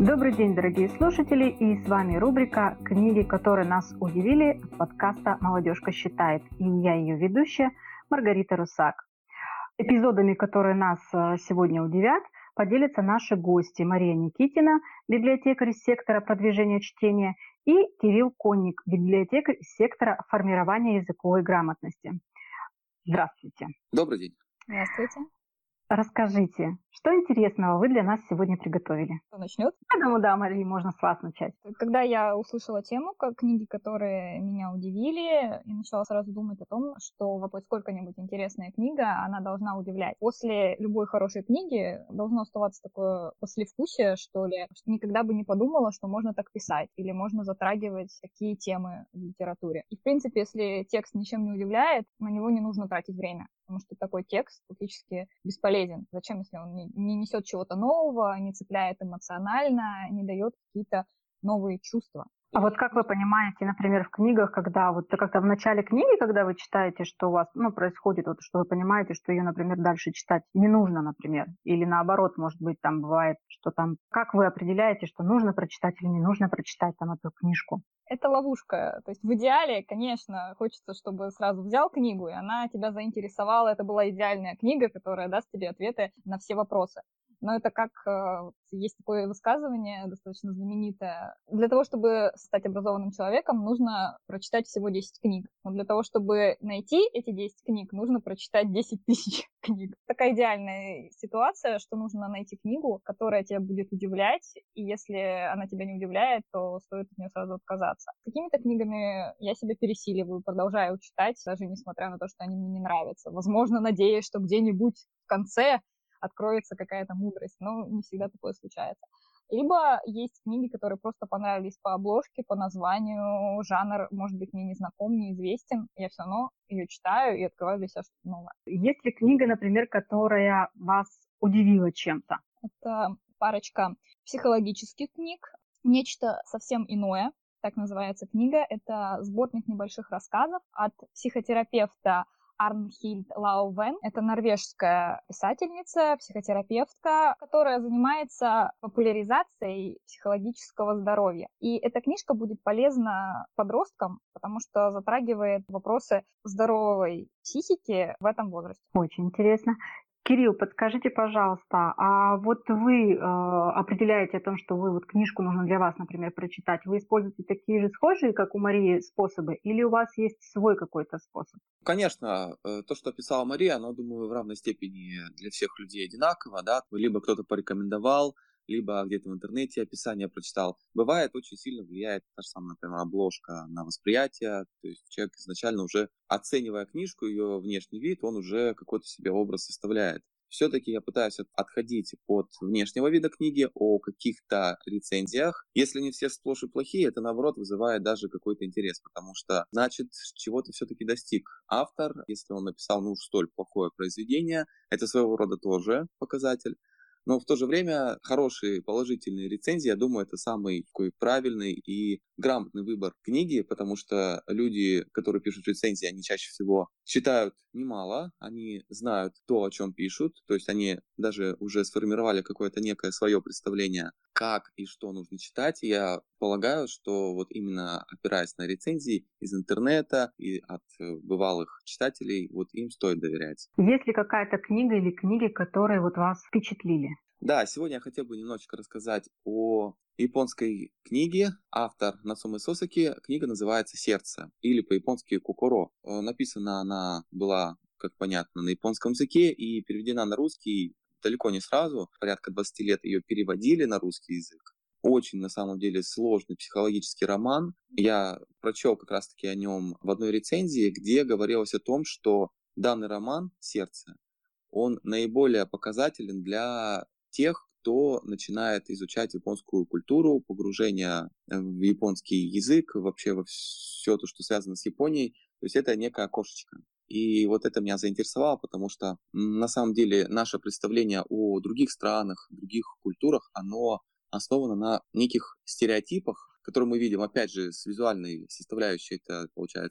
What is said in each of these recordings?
Добрый день, дорогие слушатели, и с вами рубрика «Книги, которые нас удивили» от подкаста «Молодежка считает», и я ее ведущая Маргарита Русак. Эпизодами, которые нас сегодня удивят, поделятся наши гости Мария Никитина, библиотекарь из сектора продвижения чтения, и Кирилл Конник, библиотекарь из сектора формирования языковой грамотности. Здравствуйте. Добрый день. Здравствуйте. Расскажите, что интересного вы для нас сегодня приготовили? Кто начнет? Я думаю, да, Мария, можно с вас начать. Когда я услышала тему, как книги, которые меня удивили, и начала сразу думать о том, что вот сколько-нибудь интересная книга, она должна удивлять. После любой хорошей книги должно оставаться такое послевкусие, что ли, что никогда бы не подумала, что можно так писать, или можно затрагивать такие темы в литературе. И, в принципе, если текст ничем не удивляет, на него не нужно тратить время. Потому что такой текст фактически бесполезен. Зачем, если он не несет чего-то нового, не цепляет эмоционально, не дает какие-то новые чувства? А вот как вы понимаете, например, в книгах, когда вот как-то в начале книги, когда вы читаете, что у вас происходит, вот, что вы понимаете, что ее, например, дальше читать не нужно, например, или наоборот, может быть, там бывает, что там, как вы определяете, что нужно прочитать или не нужно прочитать там эту книжку? Это ловушка. То есть в идеале, конечно, хочется, чтобы сразу взял книгу, и она тебя заинтересовала. Это была идеальная книга, которая даст тебе ответы на все вопросы. Но это как есть такое высказывание, достаточно знаменитое. Для того, чтобы стать образованным человеком, нужно прочитать всего 10 книг. Но для того, чтобы найти эти 10 книг, нужно прочитать 10 тысяч книг. Такая идеальная ситуация, что нужно найти книгу, которая тебя будет удивлять, и если она тебя не удивляет, то стоит от нее сразу отказаться. Какими-то книгами я себя пересиливаю, продолжаю читать, даже несмотря на то, что они мне не нравятся. Возможно, надеюсь, что где-нибудь в конце откроется какая-то мудрость, но не всегда такое случается. Либо есть книги, которые просто понравились по обложке, по названию, жанр, может быть, мне незнаком, неизвестен, я все равно ее читаю и открываю для себя что-то новое. Есть ли книга, например, которая вас удивила чем-то? Это парочка психологических книг, нечто совсем иное, так называется книга. Это сборник небольших рассказов от психотерапевта Арнхильд Лаувен. Это норвежская писательница, психотерапевтка, которая занимается популяризацией психологического здоровья. И эта книжка будет полезна подросткам, потому что затрагивает вопросы здоровой психики в этом возрасте. Очень интересно. Кирилл, подскажите, пожалуйста, а вот вы определяете о том, что вы вот книжку нужно для вас, например, прочитать, вы используете такие же схожие, как у Марии, способы, или у вас есть свой какой-то способ? Конечно, то, что описала Мария, оно, думаю, в равной степени для всех людей одинаково, да, либо кто-то порекомендовал, либо где-то в интернете описание прочитал. Бывает, очень сильно влияет та же самая, например, обложка на восприятие, то есть человек изначально уже оценивая книжку, ее внешний вид, он уже какой-то себе образ составляет. Все-таки я пытаюсь отходить от внешнего вида книги, о каких-то рецензиях. Если не все сплошь и плохие, это наоборот вызывает даже какой-то интерес, потому что значит чего-то все-таки достиг автор. Если он написал столь плохое произведение, это своего рода тоже показатель. Но в то же время хорошие положительные рецензии, я думаю, это самый такой правильный и грамотный выбор книги, потому что люди, которые пишут рецензии, они чаще всего читают немало, они знают то, о чем пишут, то есть они даже уже сформировали какое-то некое свое представление, как и что нужно читать. Я полагаю, что вот именно опираясь на рецензии из интернета и от бывалых читателей, вот им стоит доверять. Есть ли какая-то книга или книги, которые вот вас впечатлили? Да, сегодня я хотел бы немножечко рассказать о японской книге. Автор Нацумэ Сосаки. Книга называется «Сердце» или по-японски «Кокоро». Написана она была, как понятно, на японском языке и переведена на русский далеко не сразу. Порядка 20 лет ее переводили на русский язык. Очень, на самом деле, сложный психологический роман. Я прочел как раз-таки о нем в одной рецензии, где говорилось о том, что данный роман «Сердце», он наиболее показателен для тех, кто начинает изучать японскую культуру, погружение в японский язык, вообще во все то, что связано с Японией. То есть это некая окошечко. И вот это меня заинтересовало, потому что на самом деле наше представление о других странах, других культурах, оно основано на неких стереотипах, которые мы видим, опять же, с визуальной составляющей, это получается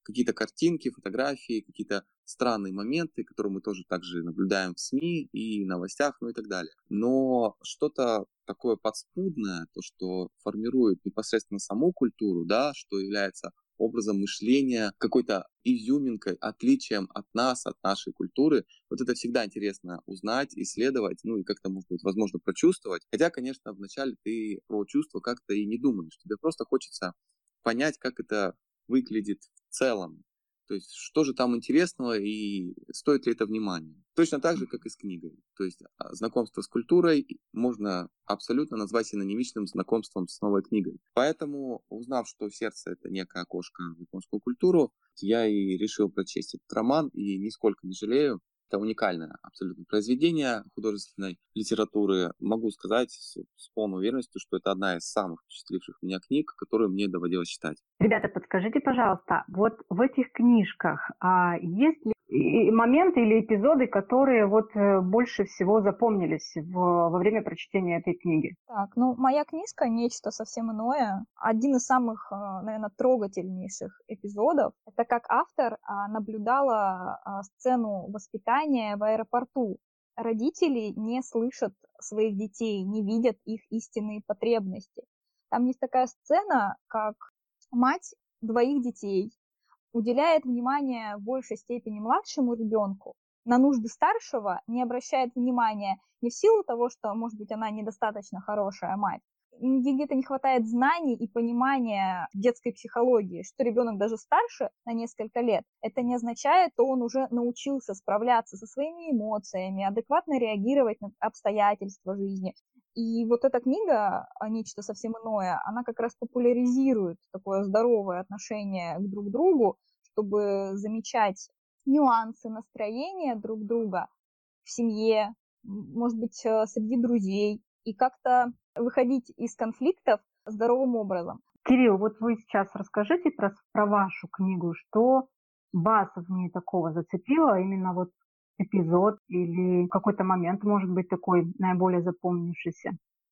какие-то картинки, фотографии, какие-то странные моменты, которые мы тоже также наблюдаем в СМИ и новостях, ну и так далее. Но что-то такое подспудное, то, что формирует непосредственно саму культуру, да, что является образом мышления, какой-то изюминкой, отличием от нас, от нашей культуры. Вот это всегда интересно узнать, исследовать, ну и как-то, может быть, возможно, прочувствовать. Хотя, конечно, вначале ты про чувства как-то и не думаешь. Тебе просто хочется понять, как это выглядит в целом. То есть, что же там интересного и стоит ли это внимания. Точно так же, как и с книгой. То есть, знакомство с культурой можно абсолютно назвать синонимичным знакомством с новой книгой. Поэтому, узнав, что сердце — это некое окошко в японскую культуру, я и решил прочесть этот роман, и нисколько не жалею. Это уникальное абсолютно произведение художественной литературы. Могу сказать с полной уверенностью, что это одна из самых впечатливших меня книг, которую мне доводилось читать. Ребята, подскажите, пожалуйста, вот в этих книжках есть ли моменты или эпизоды, которые больше всего запомнились во время прочтения этой книги? Так, ну, моя книжка «Нечто совсем иное». Один из самых, наверное, трогательнейших эпизодов. Это как автор наблюдала сцену воспитания в аэропорту. Родители не слышат своих детей, не видят их истинные потребности. Там есть такая сцена, как мать двоих детей уделяет внимание в большей степени младшему ребенку, на нужды старшего не обращает внимания не в силу того, что, может быть, она недостаточно хорошая мать, ей где-то не хватает знаний и понимания детской психологии, что ребенок даже старше на несколько лет, это не означает, что он уже научился справляться со своими эмоциями, адекватно реагировать на обстоятельства жизни. И вот эта книга «Нечто совсем иное», она как раз популяризирует такое здоровое отношение к друг другу, чтобы замечать нюансы настроения друг друга в семье, может быть, среди друзей, и как-то выходить из конфликтов здоровым образом. Кирилл, вот вы сейчас расскажите про вашу книгу, что вас в ней такого зацепило, именно вот эпизод или какой-то момент, может быть, такой наиболее запомнившийся?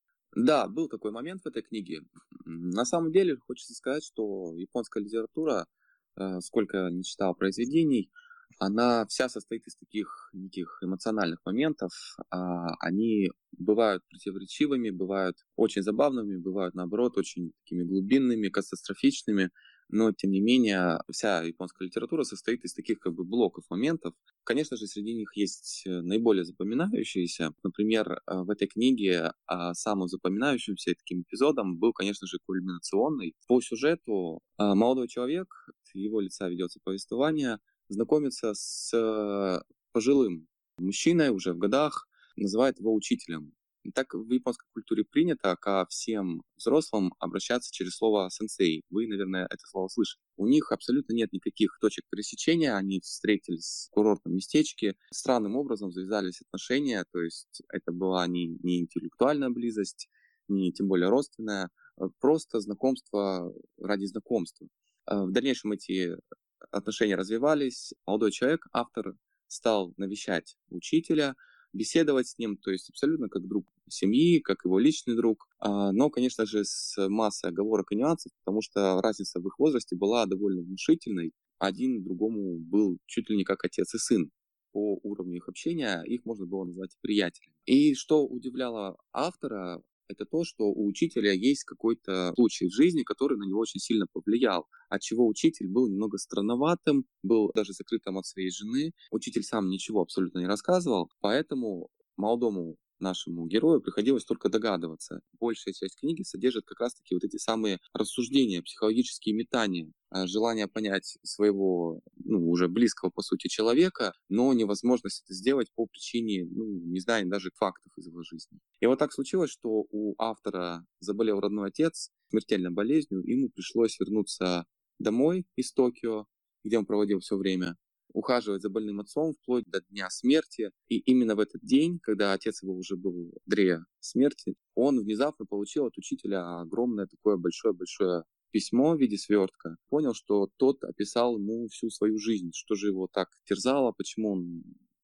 Да, был такой момент в этой книге. На самом деле, хочется сказать, что японская литература, сколько не читал произведений, она вся состоит из таких неких эмоциональных моментов. Они бывают противоречивыми, бывают очень забавными, бывают, наоборот, очень такими глубинными, катастрофичными. Но, тем не менее, вся японская литература состоит из таких как бы блоков моментов. Конечно же, среди них есть наиболее запоминающиеся. Например, в этой книге самым запоминающимся таким эпизодом был, конечно же, кульминационный. По сюжету молодой человек, от его лица ведется повествование, знакомится с пожилым мужчиной уже в годах, называет его учителем. И так в японской культуре принято ко всем взрослым обращаться через слово «сенсей». Вы, наверное, это слово слышали. У них абсолютно нет никаких точек пересечения, они встретились в курортном местечке, странным образом завязались отношения, то есть это была не интеллектуальная близость, не тем более родственная, просто знакомство ради знакомства. В дальнейшем эти отношения развивались, молодой человек, автор, стал навещать учителя, беседовать с ним, то есть абсолютно как друг семьи, как его личный друг, но, конечно же, с массой оговорок и нюансов, потому что разница в их возрасте была довольно внушительной. Один другому был чуть ли не как отец и сын. По уровню их общения их можно было назвать приятелями. И что удивляло автора, это то, что у учителя есть какой-то случай в жизни, который на него очень сильно повлиял, отчего учитель был немного странноватым, был даже закрытым от своей жены. Учитель сам ничего абсолютно не рассказывал, поэтому молодому нашему герою приходилось только догадываться. Большая часть книги содержит как раз-таки вот эти самые рассуждения, психологические метания, желание понять своего, уже близкого, по сути, человека, но невозможность это сделать по причине, не знаю, даже фактов из его жизни. И вот так случилось, что у автора заболел родной отец смертельной болезнью, ему пришлось вернуться домой из Токио, где он проводил все время, ухаживать за больным отцом вплоть до дня смерти. И именно в этот день, когда отец его уже был в дре смерти, он внезапно получил от учителя огромное такое большое-большое письмо в виде свертка. Понял, что тот описал ему всю свою жизнь, что же его так терзало, почему он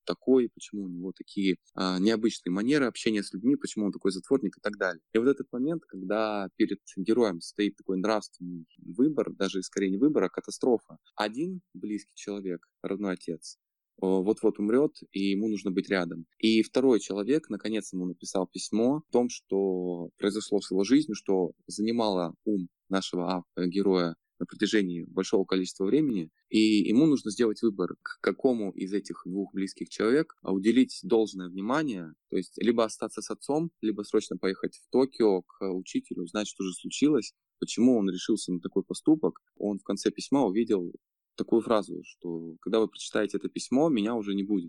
такой, почему у него такие необычные манеры общения с людьми, почему он такой затворник и так далее. И вот этот момент, когда перед героем стоит такой нравственный выбор, даже скорее не выбор, а катастрофа. Один близкий человек, родной отец, вот-вот умрет, и ему нужно быть рядом. И второй человек, наконец, ему написал письмо о том, что произошло с его жизнью, что занимало ум нашего героя на протяжении большого количества времени, и ему нужно сделать выбор, к какому из этих двух близких человек уделить должное внимание, то есть либо остаться с отцом, либо срочно поехать в Токио к учителю, узнать, что же случилось, почему он решился на такой поступок. Он в конце письма увидел такую фразу, что когда вы прочитаете это письмо, меня уже не будет.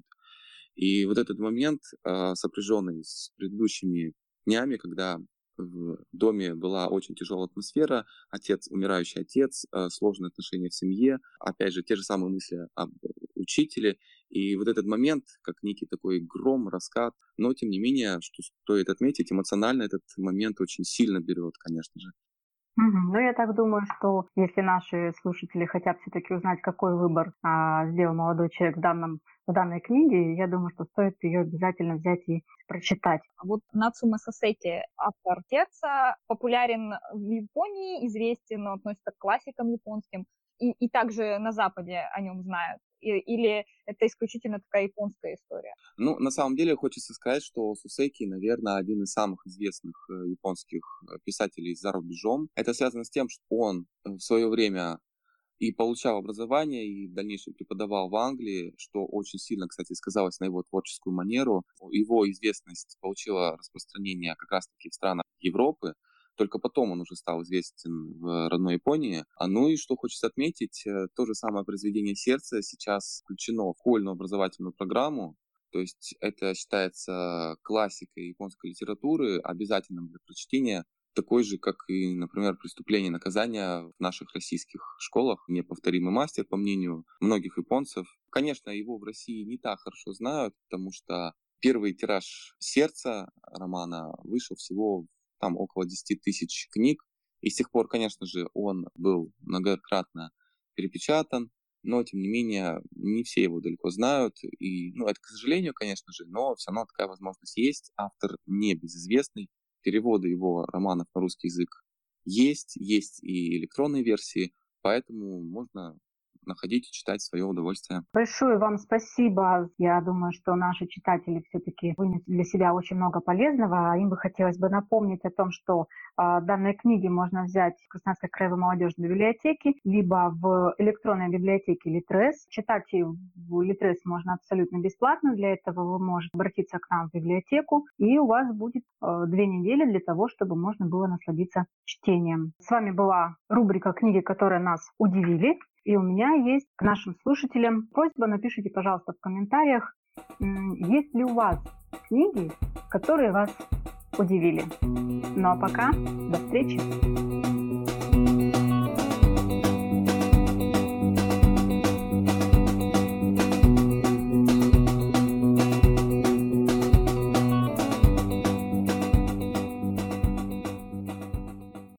И вот этот момент, сопряженный с предыдущими днями, когда в доме была очень тяжелая атмосфера, умирающий отец, сложные отношения в семье, опять же, те же самые мысли об учителе. И вот этот момент, как некий такой гром, раскат, но тем не менее, что стоит отметить, эмоционально этот момент очень сильно берет, конечно же. Ну, я так думаю, что если наши слушатели хотят все-таки узнать, какой выбор сделал молодой человек в данной книге, я думаю, что стоит ее обязательно взять и прочитать. Вот Нацуме Сосеки, автор Терца, популярен в Японии, известен, но относится к классикам японским, и также на Западе о нем знают. Или это исключительно такая японская история? Ну, на самом деле, хочется сказать, что Сосеки, наверное, один из самых известных японских писателей за рубежом. Это связано с тем, что он в свое время и получал образование, и в дальнейшем преподавал в Англии, что очень сильно, кстати, сказалось на его творческую манеру. Его известность получила распространение как раз-таки в странах Европы. Только потом он уже стал известен в родной Японии. Ну и что хочется отметить, то же самое произведение «Сердце» сейчас включено в школьную образовательную программу. То есть это считается классикой японской литературы, обязательным для прочтения, такой же, как и, например, «Преступление и наказание» в наших российских школах. Неповторимый мастер, по мнению многих японцев. Конечно, его в России не так хорошо знают, потому что первый тираж «Сердца» романа вышел всего там около 10 тысяч книг. И с тех пор, конечно же, он был многократно перепечатан, но, тем не менее, не все его далеко знают. И, это, к сожалению, конечно же, но все равно такая возможность есть. Автор небезызвестный. Переводы его романов на русский язык есть и электронные версии, поэтому можно находить и читать в свое удовольствие. Большое вам спасибо. Я думаю, что наши читатели все-таки вынесли для себя очень много полезного. Им бы хотелось бы напомнить о том, что данные книги можно взять в Красноярской краевой молодежной библиотеке, либо в электронной библиотеке Литрес. Читать в Литрес можно абсолютно бесплатно. Для этого вы можете обратиться к нам в библиотеку, и у вас будет 2 недели для того, чтобы можно было насладиться чтением. С вами была рубрика «Книги, которые нас удивили». И у меня есть к нашим слушателям просьба, напишите, пожалуйста, в комментариях, есть ли у вас книги, которые вас удивили. Ну а пока, до встречи!